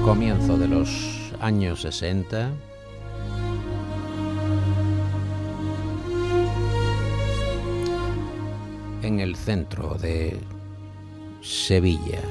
Comienzo de los años 60. En el centro de Sevilla.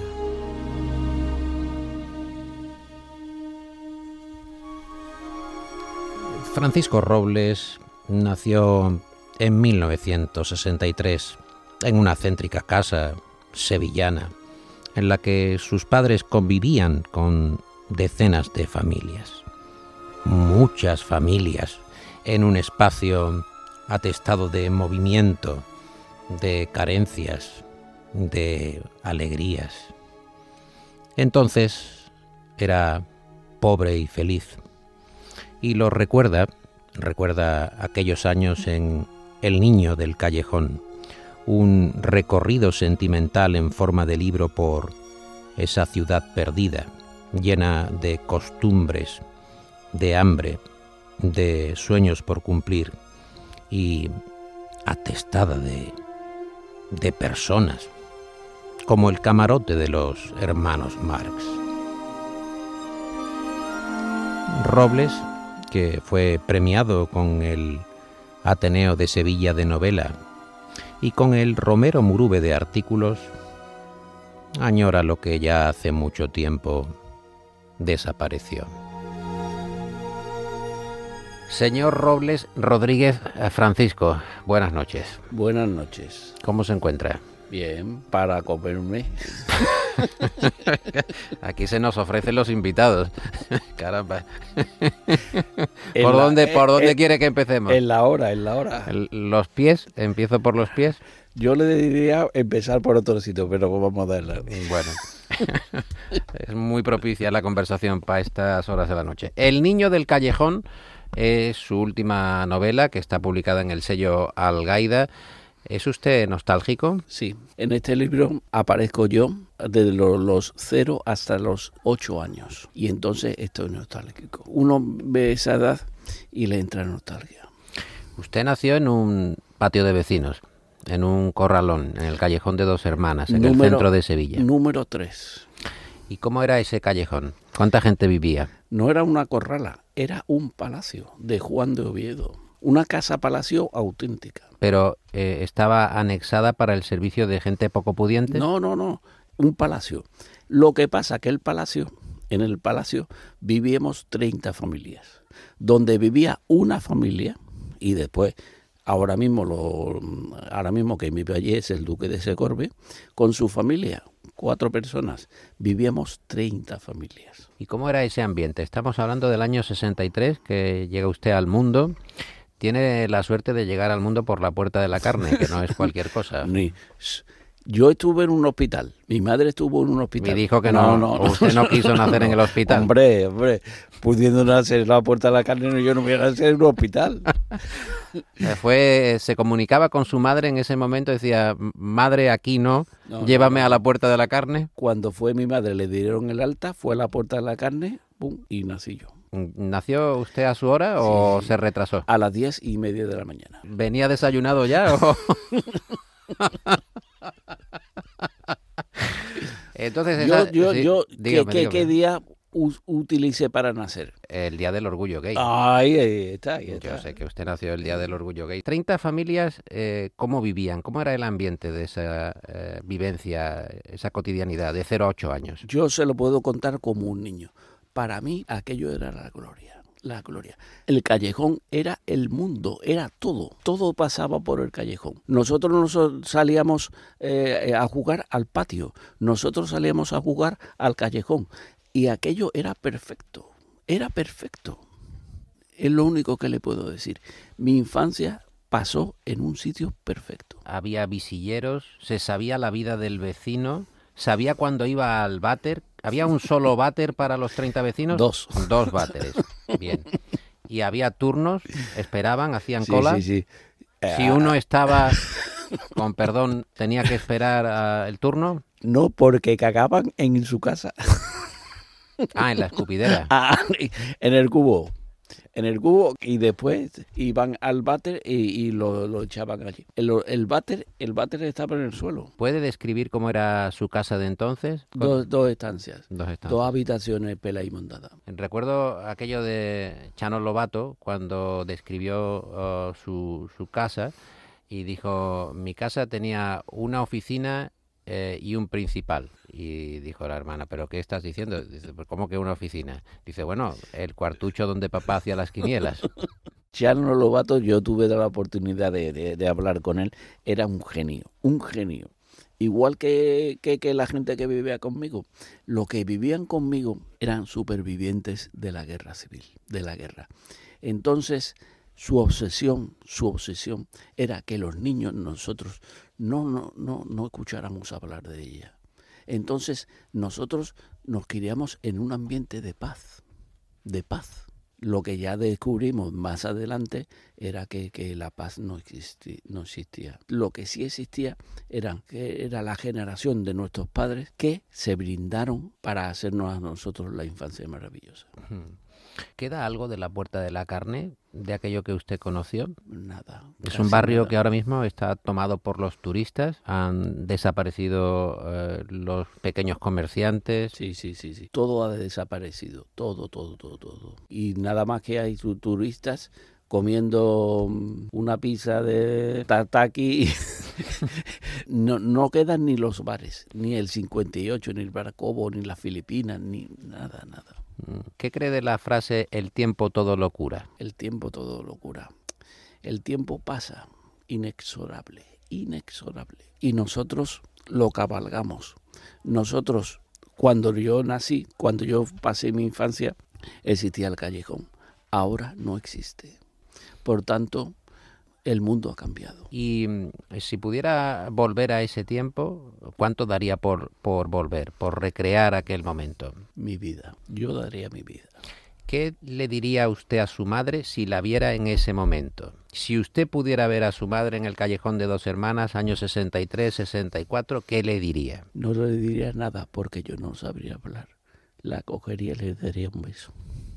Francisco Robles nació en 1963 en una céntrica casa sevillana en la que sus padres convivían con decenas de familias. Muchas familias en un espacio atestado de movimiento, de carencias, de alegrías. Entonces era pobre y feliz. Y lo recuerda aquellos años en El niño del callejón, un recorrido sentimental en forma de libro por esa ciudad perdida, llena de costumbres, de hambre, de sueños por cumplir y atestada de personas, como el camarote de los hermanos Marx. Robles, que fue premiado con el Ateneo de Sevilla de novela y con el Romero Murube de artículos, añora lo que ya hace mucho tiempo desapareció. Señor Robles Rodríguez Francisco, buenas noches. Buenas noches. ¿Cómo se encuentra? Bien, para comerme. Aquí se nos ofrecen los invitados. Caramba. ¿Por dónde quiere que empecemos? En la hora. ¿Los pies? ¿Empiezo por los pies? Yo le diría empezar por otro sitio, pero vamos a darle. Bueno, es muy propicia la conversación para estas horas de la noche. El niño del callejón es su última novela, que está publicada en el sello Algaida. ¿Es usted nostálgico? Sí, en este libro aparezco yo desde los 0 hasta los 8 años y entonces estoy nostálgico. Uno ve esa edad y le entra nostalgia. Usted nació en un patio de vecinos, en un corralón, en el callejón de Dos Hermanas, en el centro de Sevilla. Número 3. ¿Y cómo era ese callejón? ¿Cuánta gente vivía? No era una corrala, era un palacio de Juan de Oviedo. Una casa-palacio auténtica. ¿Pero estaba anexada para el servicio de gente poco pudiente? No. Un palacio. Lo que pasa que en el palacio vivíamos 30 familias. Donde vivía una familia y después, ahora mismo que vive allí es el duque de Segorbe, con su familia, 4 personas. Vivíamos 30 familias. ¿Y cómo era ese ambiente? Estamos hablando del año 63, que llega usted al mundo. Tiene la suerte de llegar al mundo por la puerta de la carne, que no es cualquier cosa. Yo estuve en un hospital. Mi madre estuvo en un hospital. Me dijo que no. Usted no quiso nacer en el hospital. Hombre, pudiendo nacer en la puerta de la carne, yo no voy a nacer en un hospital. Se comunicaba con su madre en ese momento, decía, madre, aquí no, llévame a la puerta de la carne. Cuando fue mi madre, le dieron el alta, fue a la puerta de la carne, pum, y nací yo. ¿Nació usted a su hora o se retrasó? A las 10:30 de la mañana. ¿Venía desayunado ya o...? Entonces dígame. ¿Qué día utilicé para nacer? El Día del Orgullo Gay. Ahí está. Yo sé que usted nació el Día del Orgullo Gay. 30 familias, ¿cómo vivían? ¿Cómo era el ambiente de esa vivencia, esa cotidianidad de 0 a 8 años? Yo se lo puedo contar como un niño. Para mí aquello era la gloria. El callejón era el mundo, era todo pasaba por el callejón. Nosotros salíamos a jugar al patio, nosotros salíamos a jugar al callejón y aquello era perfecto. Es lo único que le puedo decir. Mi infancia pasó en un sitio perfecto. Había visilleros, se sabía la vida del vecino, sabía cuándo iba al váter. ¿Había un solo váter para los 30 vecinos? 2. 2 váteres, bien. ¿Y había turnos? ¿Esperaban? ¿Hacían cola? Sí. Si uno estaba, con perdón, tenía que esperar el turno. No, porque cagaban en su casa. En la escupidera. En el cubo. en el cubo, y después iban al váter y lo echaban allí. El váter estaba en el suelo. ¿Puede describir cómo era su casa de entonces? Dos estancias, Dos estancias. dos habitaciones pela y montada. Recuerdo aquello de Chano Lobato cuando describió su casa y dijo, mi casa tenía una oficina y un principal. Y dijo la hermana, ¿pero qué estás diciendo? Dice, pues ¿cómo que una oficina? Dice, bueno, el cuartucho donde papá hacía las quinielas. Chano Lobato, yo tuve la oportunidad de hablar con él, era un genio, un genio. Igual que la gente que vivía conmigo. Los que vivían conmigo eran supervivientes de la guerra civil, de la guerra. Entonces, su obsesión era que los niños, nosotros, no escucháramos hablar de ella. Entonces, nosotros nos criamos en un ambiente de paz, de paz. Lo que ya descubrimos más adelante era que la paz no existía. Lo que sí existía era la generación de nuestros padres que se brindaron para hacernos a nosotros la infancia maravillosa. ¿Queda algo de la Puerta de la Carne, de aquello que usted conoció? Nada. Es un barrio que ahora mismo está tomado por los turistas, han desaparecido los pequeños comerciantes. Sí. Todo ha desaparecido, todo. Y nada más que hay turistas comiendo una pizza de tataki. No quedan ni los bares, ni el 58, ni el Baracobo, ni las Filipinas, ni nada. ¿Qué cree de la frase el tiempo todo lo cura? El tiempo todo lo cura. El tiempo pasa, inexorable. Y nosotros lo cabalgamos. Nosotros, cuando yo nací, cuando yo pasé mi infancia, existía el callejón. Ahora no existe. Por tanto, el mundo ha cambiado. Y si pudiera volver a ese tiempo, ¿cuánto daría por volver, por recrear aquel momento? Mi vida. Yo daría mi vida. ¿Qué le diría usted a su madre si la viera en ese momento? Si usted pudiera ver a su madre en el Callejón de Dos Hermanas, años 63, 64, ¿qué le diría? No le diría nada porque yo no sabría hablar. La cogería y le daría un beso.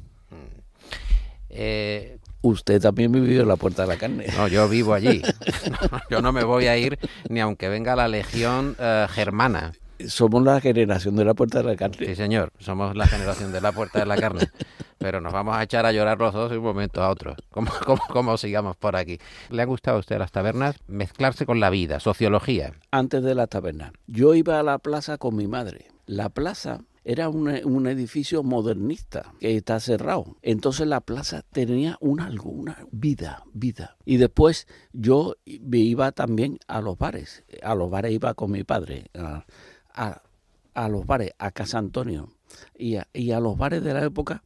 Usted también vivió en la Puerta de la Carne. No, yo vivo allí. Yo no me voy a ir ni aunque venga la Legión Germana. Somos la generación de la Puerta de la Carne. Sí, señor, somos la generación de la Puerta de la Carne. Pero nos vamos a echar a llorar los dos de un momento a otro. ¿Cómo sigamos por aquí? ¿Le han gustado a usted las tabernas? Mezclarse con la vida, sociología. Antes de las tabernas. Yo iba a la plaza con mi madre. La plaza era un edificio modernista que está cerrado. Entonces la plaza tenía una vida. Y después yo iba también a los bares. A los bares iba con mi padre. A los bares, a Casa Antonio. Y a los bares de la época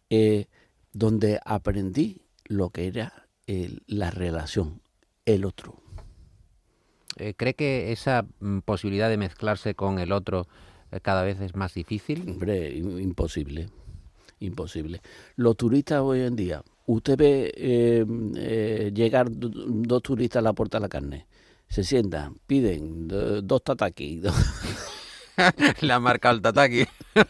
donde aprendí lo que era la relación, el otro. ¿Cree que esa posibilidad de mezclarse con el otro cada vez es más difícil? Hombre, imposible. Los turistas hoy en día, usted ve llegar dos turistas a la Puerta de la Carne, se sientan, piden dos tataki, Le ha marcado el tataki.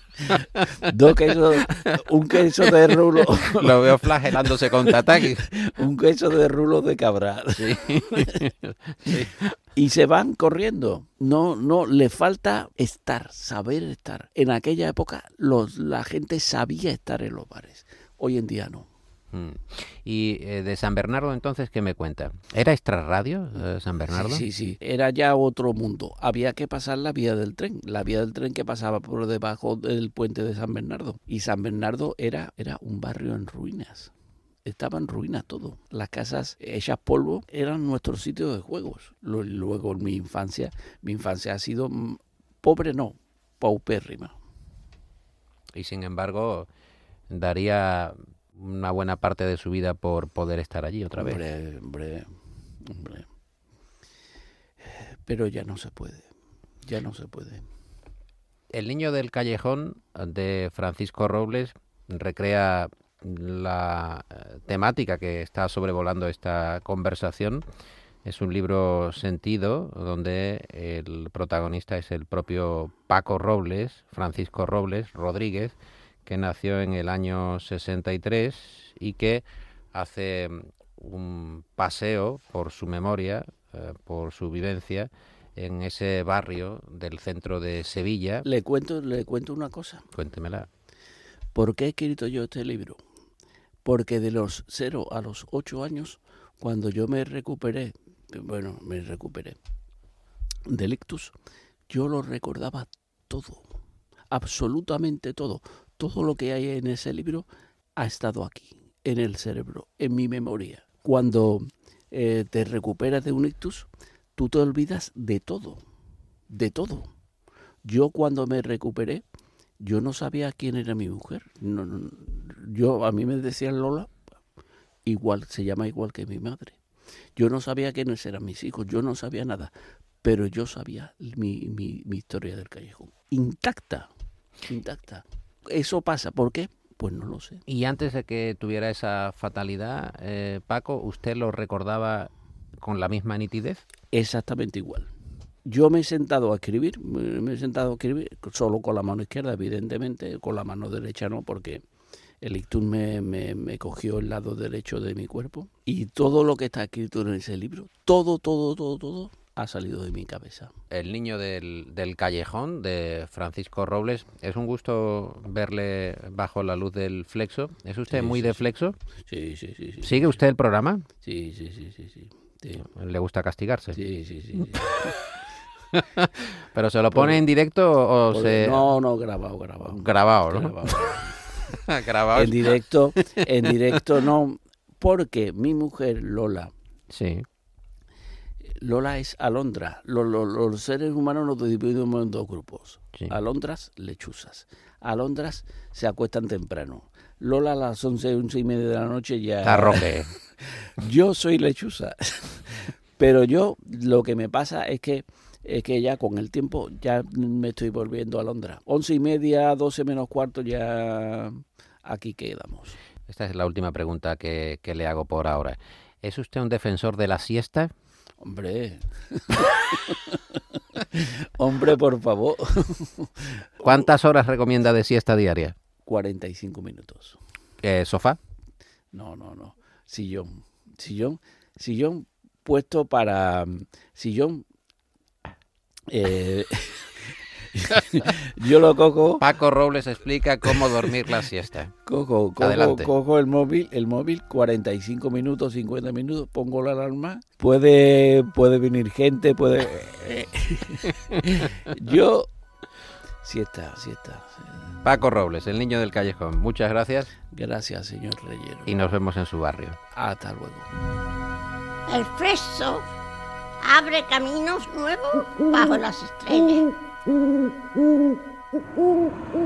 Dos quesos, un queso de rulo. Lo veo flagelándose con tataki. Un queso de rulo de cabra. Sí. Sí. Y se van corriendo. No, le falta saber estar. En aquella época la gente sabía estar en los bares. Hoy en día no. Y de San Bernardo, entonces, ¿qué me cuenta? ¿Era extrarradio San Bernardo? Sí. Era ya otro mundo. Había que pasar la vía del tren. La vía del tren que pasaba por debajo del puente de San Bernardo. Y San Bernardo era un barrio en ruinas. Estaba en ruinas todo. Las casas hechas polvo eran nuestros sitios de juegos. Luego mi infancia ha sido pobre, no, paupérrima. Y sin embargo, daría una buena parte de su vida por poder estar allí otra vez. Hombre. Pero ya no se puede. El niño del callejón de Francisco Robles recrea la temática que está sobrevolando esta conversación. Es un libro sentido donde el protagonista es el propio Paco Robles, Francisco Robles Rodríguez, que nació en el año 63 y que hace un paseo por su memoria, por su vivencia, en ese barrio del centro de Sevilla. Le cuento una cosa. Cuéntemela. ¿Por qué he escrito yo este libro? Porque de los 0 a los 8 años, cuando yo me recuperé del ictus, yo lo recordaba todo, absolutamente todo. Todo lo que hay en ese libro ha estado aquí, en el cerebro, en mi memoria. Cuando te recuperas de un ictus, tú te olvidas de todo, de todo. Yo cuando me recuperé, yo no sabía quién era mi mujer. A mí me decían Lola, se llama igual que mi madre. Yo no sabía quiénes eran mis hijos, yo no sabía nada, pero yo sabía mi historia del callejón. Intacta. Eso pasa, ¿por qué? Pues no lo sé. Y antes de que tuviera esa fatalidad, Paco, ¿usted lo recordaba con la misma nitidez? Exactamente igual. Yo me he sentado a escribir, solo con la mano izquierda, evidentemente, con la mano derecha no, porque el ictus me cogió el lado derecho de mi cuerpo. Y todo lo que está escrito en ese libro, todo, ha salido de mi cabeza. El niño del callejón, de Francisco Robles. Es un gusto verle bajo la luz del Flexo. ¿Es usted muy de Flexo? Sí. ¿Sigue usted el programa? Sí. ¿Le gusta castigarse? Sí. ¿Pero se lo pone en directo o se...? No, grabado. Grabado, ¿no? Grabado. En directo no, porque mi mujer, Lola... Sí. Lola es alondra. Los seres humanos nos dividimos en dos grupos. Sí. Alondras, lechuzas. Alondras se acuestan temprano. Lola a las 11 y media de la noche ya... Arroje. Yo soy lechuza. Pero yo, lo que me pasa es que ya con el tiempo ya me estoy volviendo alondra. 11 y media, 12 menos cuarto, ya aquí quedamos. Esta es la última pregunta que le hago por ahora. ¿Es usted un defensor de la siesta? Hombre, por favor. ¿Cuántas horas recomienda de siesta diaria? 45 minutos. ¿Sofá? No. Sillón puesto para... Sillón... yo lo cojo... Paco Robles explica cómo dormir la siesta. Cojo el móvil, 45 minutos, 50 minutos, pongo la alarma. Puede venir gente, Yo... Siesta. Paco Robles, el niño del callejón. Muchas gracias. Gracias, señor Reyero. Y nos vemos en su barrio. Hasta luego. El Flexo abre caminos nuevos bajo las estrellas.